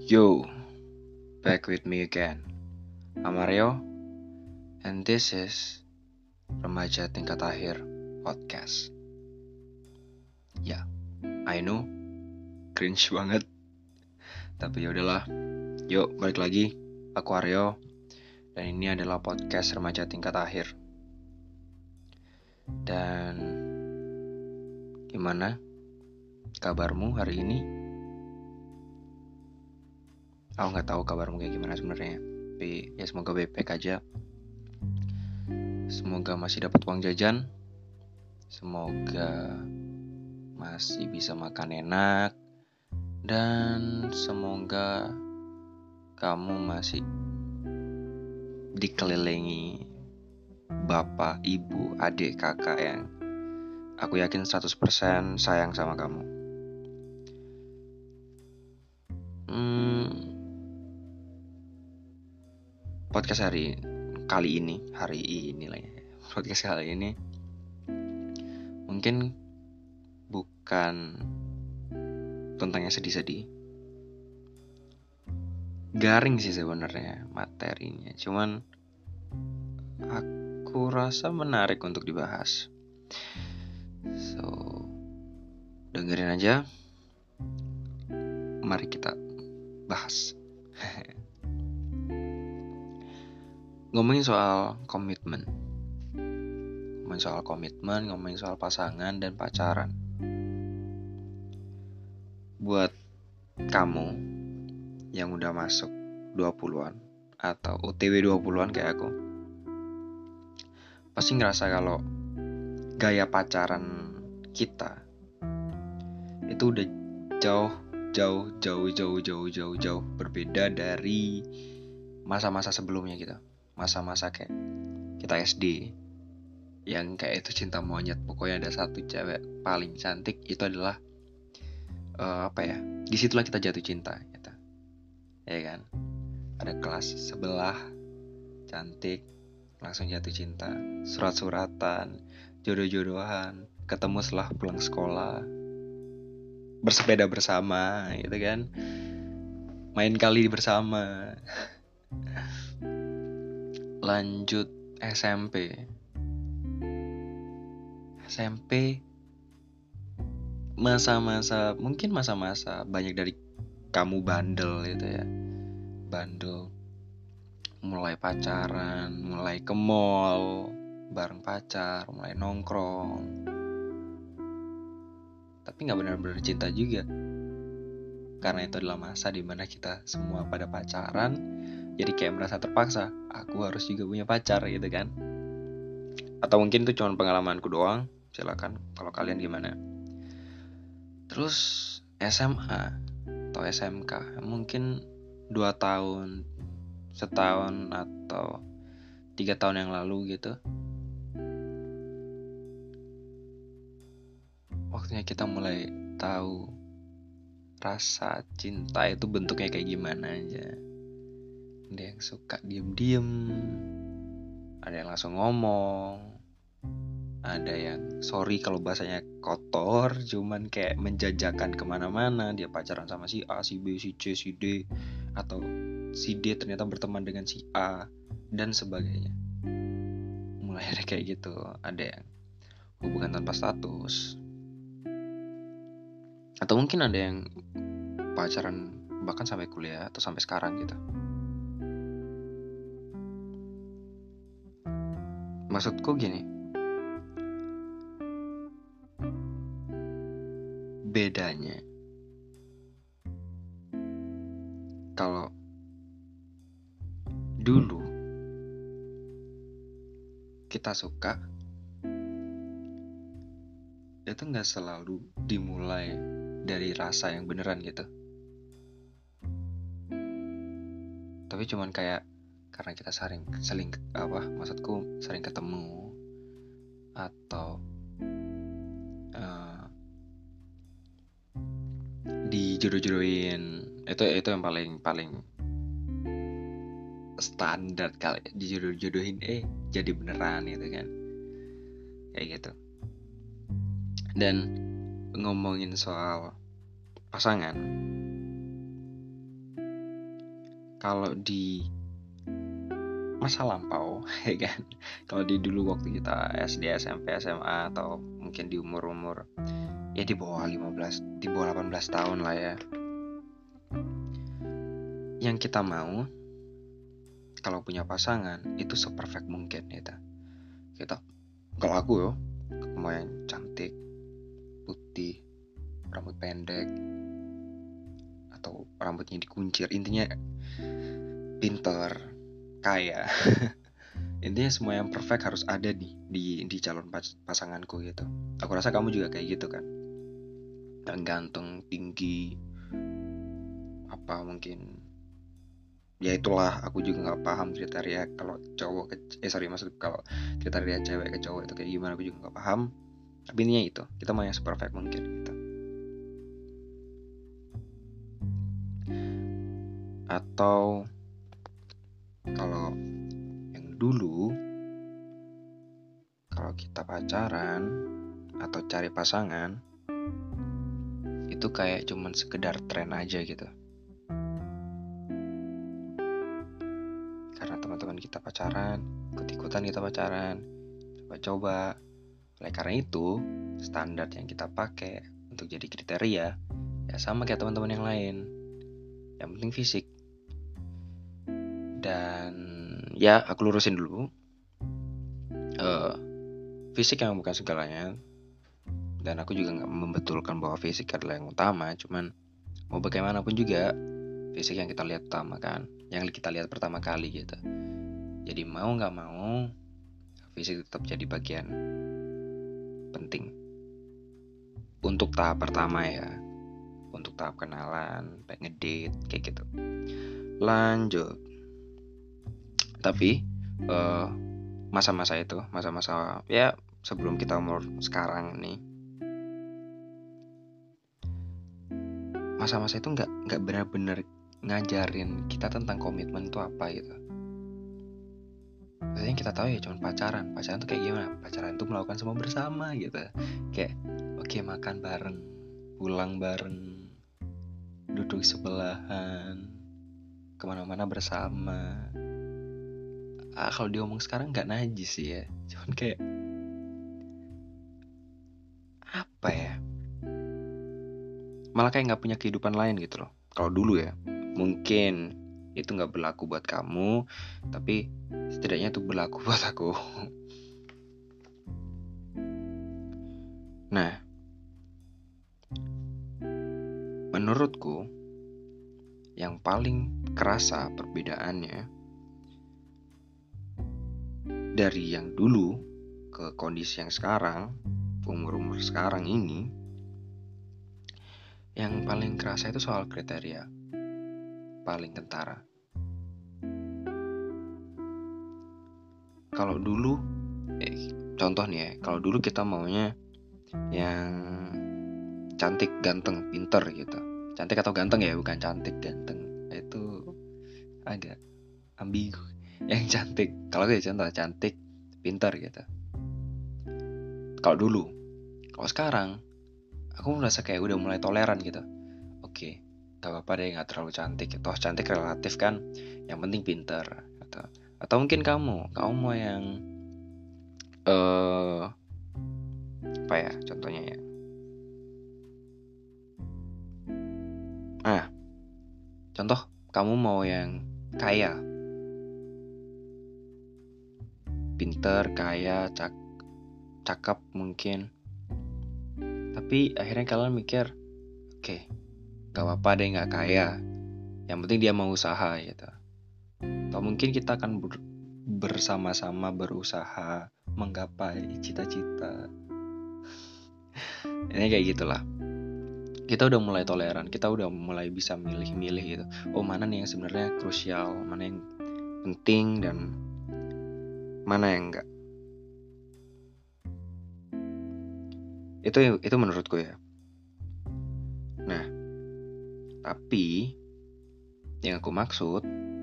Yo, back with me again. I'm Aryo, and this is Remaja Tingkat Akhir Podcast. Ya, I know, cringe banget. Tapi yaudahlah, yuk balik lagi. Aku Aryo, dan ini adalah podcast Remaja Tingkat Akhir. Dan gimana kabarmu hari ini? Aku nggak tahu kabarmu kayak gimana sebenarnya. Tapi ya semoga baik-baik aja. Semoga masih dapat uang jajan. Semoga masih bisa makan enak. Dan semoga kamu masih dikelilingi bapak, ibu, adik, kakak yang aku yakin 100% sayang sama kamu. Podcast kali ini podcast kali ini mungkin bukan tentang yang sedih-sedih, garing sih sebenarnya materinya, cuman aku rasa menarik untuk dibahas. So, dengerin aja. Mari kita bahas. Ngomongin soal komitmen, ngomongin soal pasangan dan pacaran. Buat kamu yang udah masuk 20-an atau OTW 20-an kayak aku, pasti ngerasa kalau gaya pacaran kita itu udah jauh berbeda dari masa-masa sebelumnya kita. Masa-masa kayak kita SD yang kayak itu cinta monyet, pokoknya ada satu cewek paling cantik, itu adalah disitulah kita jatuh cinta gitu. Ya kan, ada kelas sebelah cantik, langsung jatuh cinta, surat-suratan, jodoh-jodohan, ketemu setelah pulang sekolah, bersepeda bersama gitu kan, main kali bersama. Lanjut SMP masa-masa banyak dari kamu bandel gitu ya, mulai pacaran, mulai ke mall bareng pacar, mulai nongkrong, tapi gak benar-benar cinta juga, karena itu adalah masa dimana kita semua pada pacaran. Jadi kayak merasa terpaksa, aku harus juga punya pacar gitu kan. Atau mungkin itu cuma pengalamanku doang, silakan kalau kalian gimana. Terus SMA atau SMK, mungkin 2 tahun, setahun atau 3 tahun yang lalu gitu, waktunya kita mulai tahu rasa cinta itu bentuknya kayak gimana aja. Ada yang suka diem-diem, ada yang langsung ngomong, ada yang sorry kalau bahasanya kotor, cuman kayak menjajakan kemana-mana. Dia pacaran sama si A, si B, si C, si D, atau si D ternyata berteman dengan si A, dan sebagainya. Mulai ada kayak gitu. Ada yang hubungan tanpa status, atau mungkin ada yang pacaran bahkan sampai kuliah atau sampai sekarang gitu. Maksudku gini, bedanya kalau dulu kita suka itu gak selalu dimulai dari rasa yang beneran gitu, tapi cuman kayak karena kita sering ketemu atau dijodoh-jodohin. Itu yang paling standar kali, dijodoh-jodohin jadi beneran gitu kan, kayak gitu. Dan ngomongin soal pasangan, kalau di masa lampau ya kan, kalau di dulu waktu kita SD, SMP, SMA, atau mungkin di umur ya di bawah 15, di bawah 18 tahun lah ya, yang kita mau kalau punya pasangan itu seperfect mungkin ya. Kita, kalau aku mau yang cantik, putih, rambut pendek, atau rambutnya dikuncir, intinya pinter, kaya. Intinya semua yang perfect harus ada di calon pasanganku gitu. Aku rasa kamu juga kayak gitu kan, yang ganteng, tinggi, apa mungkin ya itulah. Aku juga nggak paham kriteria kalau cowok maksud kalau kriteria cewek ke cowok itu kayak gimana, aku juga nggak paham. Tapi intinya itu, kita mau yang seperfect mungkin gitu. Atau kalau yang dulu, kalau kita pacaran atau cari pasangan itu kayak cuman sekedar tren aja gitu. Karena teman-teman kita pacaran, ikut-ikutan kita pacaran, coba-coba. Oleh karena itu, standar yang kita pakai untuk jadi kriteria ya sama kayak teman-teman yang lain. Yang penting fisik. Dan ya aku lurusin dulu, fisik yang bukan segalanya. Dan aku juga gak membetulkan bahwa fisik adalah yang utama. Cuman mau bagaimanapun juga fisik yang kita lihat utama kan, yang kita lihat pertama kali gitu. Jadi mau gak mau fisik tetap jadi bagian penting untuk tahap pertama ya, untuk tahap kenalan, ngedate kayak gitu. Lanjut. Tapi masa-masa itu, masa-masa ya sebelum kita umur sekarang nih, masa-masa itu nggak benar-benar ngajarin kita tentang komitmen itu apa gitu. Biasanya kita tahu ya cuma pacaran tuh kayak gimana, pacaran itu melakukan semua bersama gitu, kayak oke, makan bareng, pulang bareng, duduk sebelahan, kemana-mana bersama. Kalau diomong sekarang nggak najis sih ya, cuman kayak apa ya, malah kayak nggak punya kehidupan lain gitu loh. Kalau dulu ya mungkin itu nggak berlaku buat kamu, tapi setidaknya itu berlaku buat aku. Nah, menurutku yang paling kerasa perbedaannya dari yang dulu ke kondisi yang sekarang, umur-umur sekarang ini, yang paling kerasa itu soal kriteria, paling kentara. Kalau dulu, contoh nih ya, kalau dulu kita maunya yang cantik, ganteng, pinter gitu. Cantik atau ganteng ya, bukan cantik, ganteng. Itu agak ambigu. Yang cantik, kalau gue contoh cantik, pinter gitu. Kalau dulu, kalau sekarang, aku merasa kayak udah mulai toleran gitu. Oke, gak apa-apa deh gak terlalu cantik. Toh cantik relatif kan, yang penting pinter. Atau mungkin kamu mau yang apa ya contohnya ya, contoh kamu mau yang kaya, pinter, kaya, cakep mungkin. Tapi akhirnya kalian mikir, oke, gak apa-apa deh gak kaya, yang penting dia mau usaha gitu. Atau mungkin kita akan bersama-sama berusaha menggapai cita-cita. Ini kayak gitulah. Kita udah mulai toleran, kita udah mulai bisa milih-milih gitu. Oh, mana nih yang sebenarnya krusial, mana yang penting, dan mana yang enggak. Itu menurutku ya. Nah, tapi yang aku maksud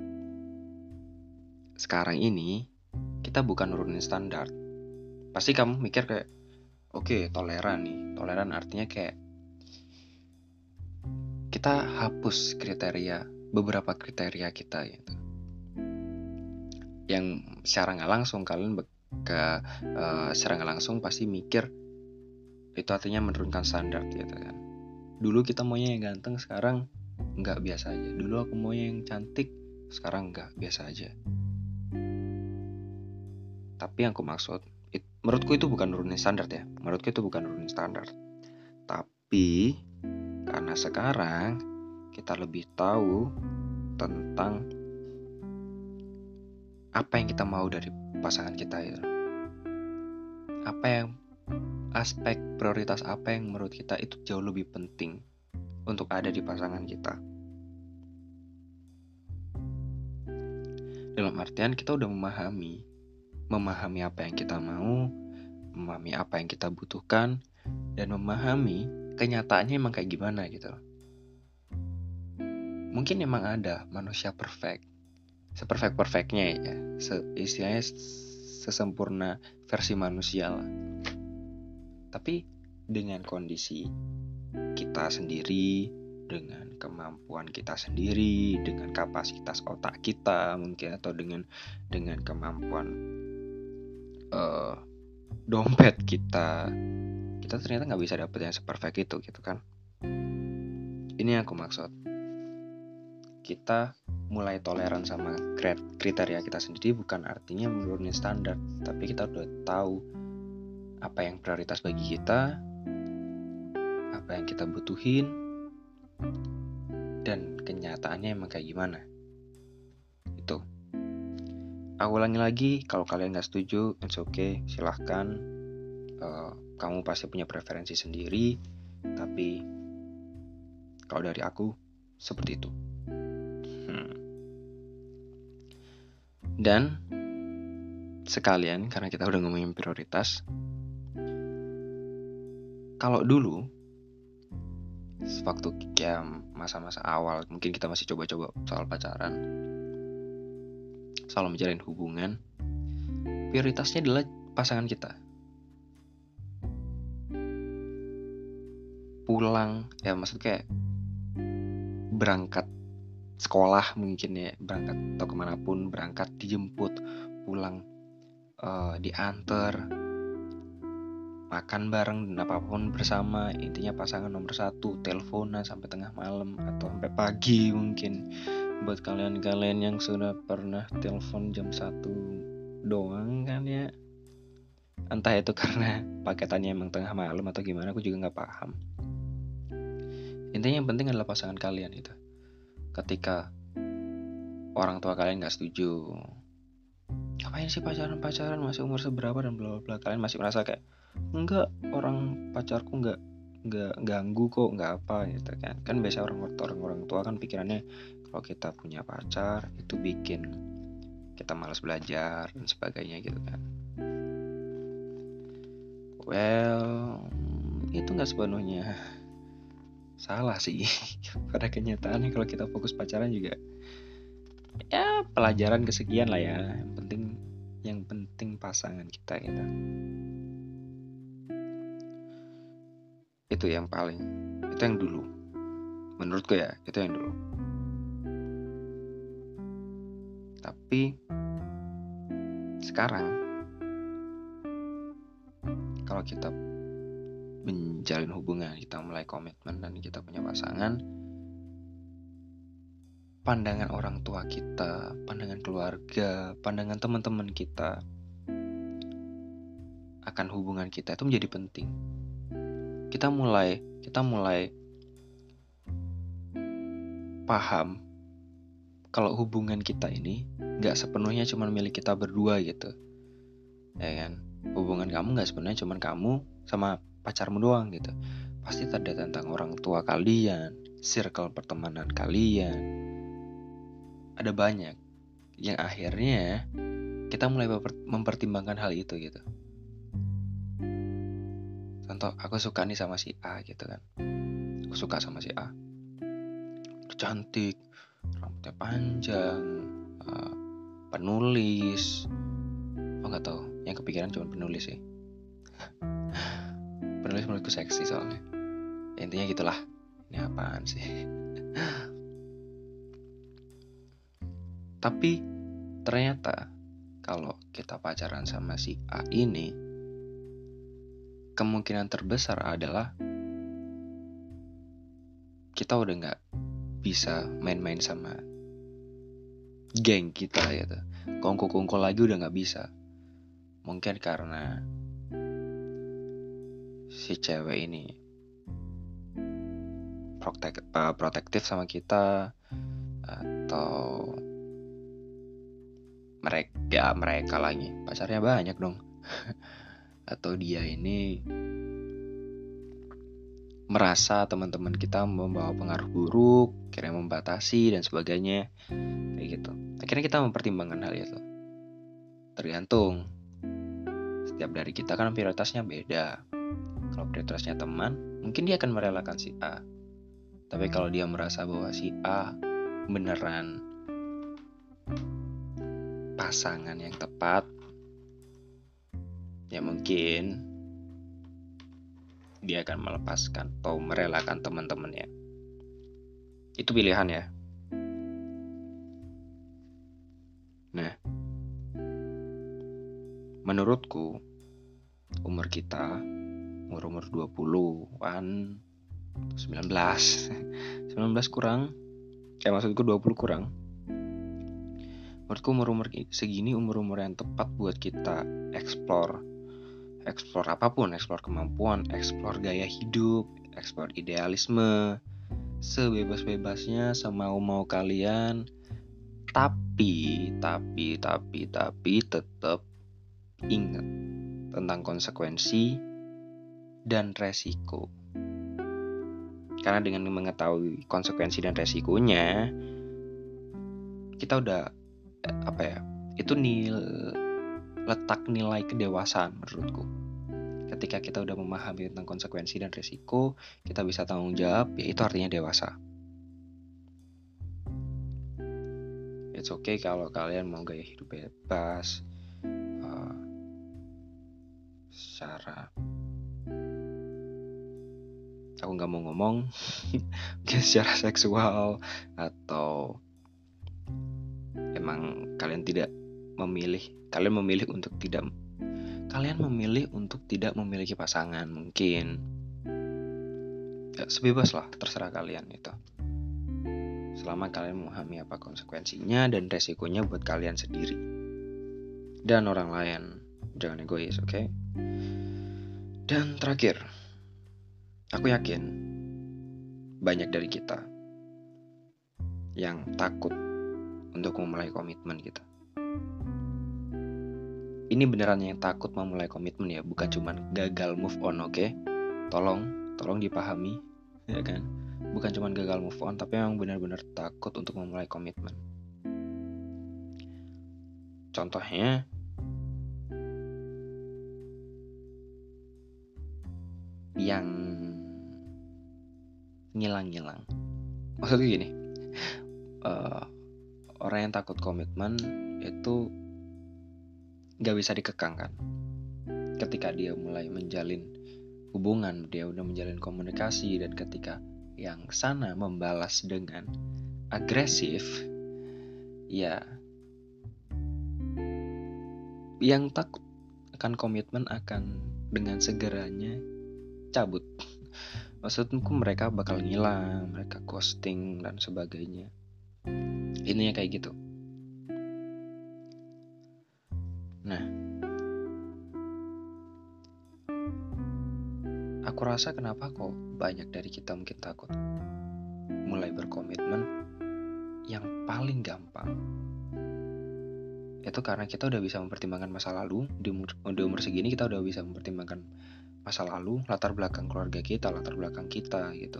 sekarang ini kita bukan nurunin standar. Pasti kamu mikir kayak, oke, toleran nih. Toleran artinya kayak kita hapus kriteria beberapa kriteria kita gitu. Yang secara nggak langsung kalian secara nggak langsung pasti mikir itu artinya menurunkan standar gitu kan. Dulu kita maunya yang ganteng, sekarang nggak, biasa aja. Dulu aku maunya yang cantik, sekarang nggak, biasa aja. Tapi yang aku maksud, menurutku itu bukan nurunin standar ya. Menurutku itu bukan nurunin standar. Tapi karena sekarang kita lebih tahu tentang apa yang kita mau dari pasangan kita ya. Apa yang aspek prioritas apa yang menurut kita itu jauh lebih penting untuk ada di pasangan kita. Dalam artian kita udah memahami apa yang kita mau, memahami apa yang kita butuhkan, dan memahami kenyataannya emang kayak gimana gitu. Mungkin emang ada manusia perfect, seperfect-perfectnya ya, istilahnya sesempurna versi manusia lah. Tapi dengan kondisi kita sendiri, dengan kemampuan kita sendiri, dengan kapasitas otak kita mungkin, atau dengan kemampuan dompet kita ternyata nggak bisa dapet yang seperfect itu gitu kan. Ini yang aku maksud. Kita mulai toleran sama kriteria kita sendiri bukan artinya menurunin standar, tapi kita udah tahu apa yang prioritas bagi kita, apa yang kita butuhin, dan kenyataannya emang kayak gimana. Itu. Aku ulangi lagi, kalau kalian gak setuju, it's okay, silahkan. Kamu pasti punya preferensi sendiri, tapi kalau dari aku, seperti itu. Dan sekalian, karena kita udah ngomongin prioritas, kalau dulu waktu ya masa-masa awal mungkin kita masih coba-coba soal pacaran, soal menjalin hubungan, prioritasnya adalah pasangan kita. Pulang, ya maksud kayak berangkat sekolah mungkin ya, berangkat atau kemanapun, berangkat dijemput, pulang diantar, makan bareng dan apapun bersama. Intinya pasangan nomor satu. Teleponan sampai tengah malam atau sampai pagi mungkin. Buat kalian-kalian yang sudah pernah telepon jam 1 doang kan ya, entah itu karena paketannya emang tengah malam atau gimana, aku juga gak paham. Intinya yang penting adalah pasangan kalian itu. Ketika orang tua kalian gak setuju, ngapain sih pacaran masih umur seberapa dan bla bla, kalian masih merasa kayak enggak, orang pacarku enggak ganggu kok, enggak apa gitu kan. Kan biasa orang tua kan pikirannya kalau kita punya pacar itu bikin kita malas belajar dan sebagainya gitu kan. Well, itu enggak sepenuhnya salah sih. Pada kenyataannya kalau kita fokus pacaran juga ya pelajaran kesekian lah ya. Yang penting pasangan kita gitu. Itu yang dulu. Menurutku ya, itu yang dulu. Tapi sekarang kalau kita menjalin hubungan, kita mulai komitmen dan kita punya pasangan, pandangan orang tua kita, pandangan keluarga, pandangan teman-teman kita akan hubungan kita itu menjadi penting. Kita mulai paham kalau hubungan kita ini gak sepenuhnya cuma milik kita berdua gitu, ya kan? Hubungan kamu gak sepenuhnya cuma kamu sama pacarmu doang gitu. Pasti ada tentang orang tua kalian, circle pertemanan kalian, ada banyak yang akhirnya kita mulai mempertimbangkan hal itu gitu. Contoh, aku suka nih sama si A gitu kan. Aku suka sama si A, cantik, rambutnya panjang, penulis. Oh nggak tahu, yang kepikiran cuma penulis sih. Penulis menurutku seksi soalnya. Ya, intinya gitulah. Ini apaan sih? Tapi ternyata kalau kita pacaran sama si A ini, kemungkinan terbesar adalah kita udah gak bisa main-main sama geng kita gitu. Kongko-kongko lagi udah gak bisa. Mungkin karena si cewek ini protektif sama kita, atau mereka lagi pacarnya banyak dong. Atau dia ini merasa teman-teman kita membawa pengaruh buruk, akhirnya membatasi dan sebagainya, kayak gitu. Akhirnya kita mempertimbangkan hal itu. Tergantung, setiap dari kita kan prioritasnya beda. Kalau prioritasnya teman, mungkin dia akan merelakan si A. Tapi kalau dia merasa bahwa si A beneran pasangan yang tepat, ya mungkin dia akan melepaskan atau merelakan teman-temannya. Itu pilihan ya. Nah, menurutku umur kita, umur 20-an, 19 kurang, maksudku 20 kurang. Menurutku umur segini umur yang tepat buat kita explore apapun, explore kemampuan, explore gaya hidup, explore idealisme, sebebas-bebasnya, semau-mau kalian. Tapi tetap ingat tentang konsekuensi dan resiko. Karena dengan mengetahui konsekuensi dan resikonya, kita udah itu letak nilai kedewasaan menurutku. Ketika kita udah memahami tentang konsekuensi dan resiko, kita bisa tanggung jawab, ya itu artinya dewasa. It's okay kalau kalian mau gaya hidup bebas, secara aku nggak mau ngomong secara seksual, atau emang kalian memilih untuk tidak memiliki pasangan, mungkin ya, sebebas lah, terserah kalian itu. Selama kalian memahami apa konsekuensinya dan resikonya buat kalian sendiri dan orang lain. Jangan egois, oke? Dan terakhir, aku yakin banyak dari kita yang takut untuk memulai komitmen gitu. Ini beneran yang takut memulai komitmen ya, bukan cuma gagal move on, oke? Tolong dipahami, ya kan? Bukan cuma gagal move on, tapi memang benar-benar takut untuk memulai komitmen. Contohnya, yang ngilang. Maksudnya gini, orang yang takut komitmen itu gak bisa dikekang kan. Ketika dia mulai menjalin hubungan, dia udah menjalin komunikasi, dan ketika yang sana membalas dengan agresif, ya yang takut akan komitmen akan dengan segeranya cabut. Maksudku mereka bakal ngilang, mereka ghosting dan sebagainya. Intinya kayak gitu. Nah, aku rasa kenapa kok banyak dari kita mungkin takut mulai berkomitmen. Yang paling gampang itu karena kita udah bisa mempertimbangkan masa lalu. Di umur segini kita udah bisa mempertimbangkan masa lalu, latar belakang keluarga kita, latar belakang kita gitu,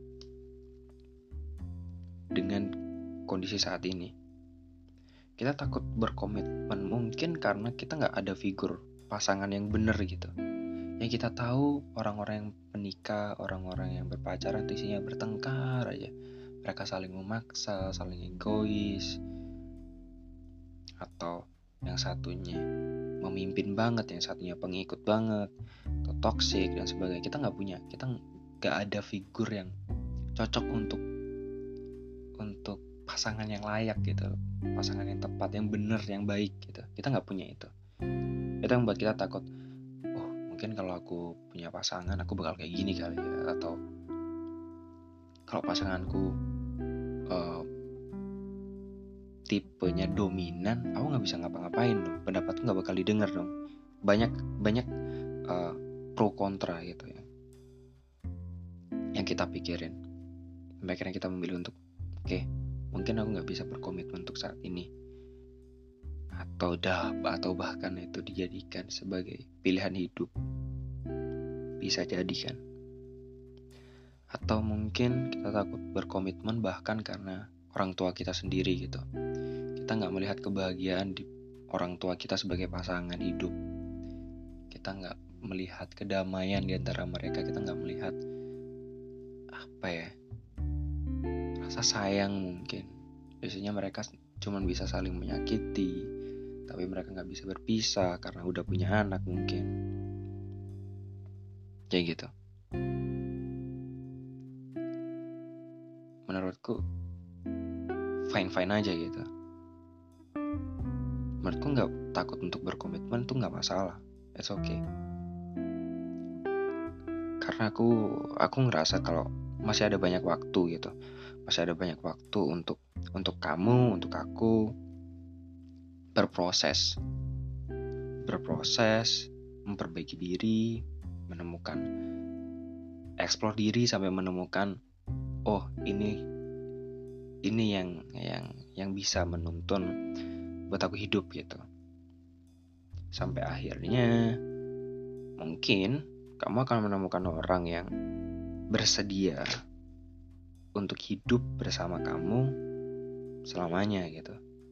dengan kondisi saat ini. Kita takut berkomitmen mungkin karena kita gak ada figur pasangan yang bener gitu. Yang kita tahu orang-orang yang menikah, orang-orang yang berpacaran isinya bertengkar aja. Mereka saling memaksa, saling egois, atau yang satunya memimpin banget, yang satunya pengikut banget, atau toksik dan sebagainya. Kita gak ada figur yang cocok untuk pasangan yang layak gitu, pasangan yang tepat, yang benar, yang baik gitu. Kita nggak punya itu. Itu yang buat kita takut. Oh, mungkin kalau aku punya pasangan, aku bakal kayak gini kali ya. Atau kalau pasanganku tipenya dominan, aku nggak bisa ngapa-ngapain dong. Pendapatku nggak bakal didengar dong. Banyak pro kontra gitu ya yang kita pikirin. Sampai akhirnya kita memilih untuk oke, mungkin aku nggak bisa berkomitmen untuk saat ini, atau bahkan itu dijadikan sebagai pilihan hidup. Bisa jadi kan. Atau mungkin kita takut berkomitmen bahkan karena orang tua kita sendiri gitu. Kita nggak melihat kebahagiaan di orang tua kita sebagai pasangan hidup. Kita nggak melihat kedamaian di antara mereka. Kita nggak melihat rasa sayang mungkin. Biasanya mereka cuma bisa saling menyakiti, tapi mereka nggak bisa berpisah karena udah punya anak mungkin. Kayak gitu. Menurutku fine-fine aja gitu. Menurutku nggak takut untuk berkomitmen tuh nggak masalah. It's okay. Karena aku ngerasa kalau masih ada banyak waktu gitu. Masih ada banyak waktu untuk kamu, untuk aku berproses, memperbaiki diri, menemukan, explore diri sampai menemukan ini yang bisa menuntun buat aku hidup gitu. Sampai akhirnya mungkin kamu akan menemukan orang yang bersedia untuk hidup bersama kamu selamanya gitu.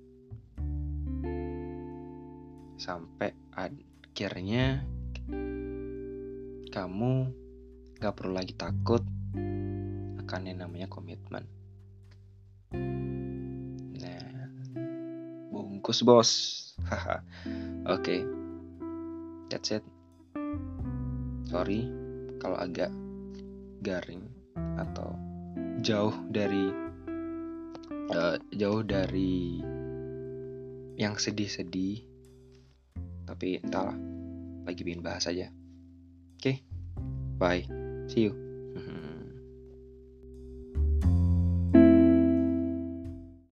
Sampai akhirnya kamu gak perlu lagi takut akan yang namanya komitmen. Nah, bungkus bos. Oke. That's it. Sorry kalau agak garing atau jauh dari yang sedih-sedih. Tapi entahlah, lagi bikin bahas aja. Oke, bye, see you.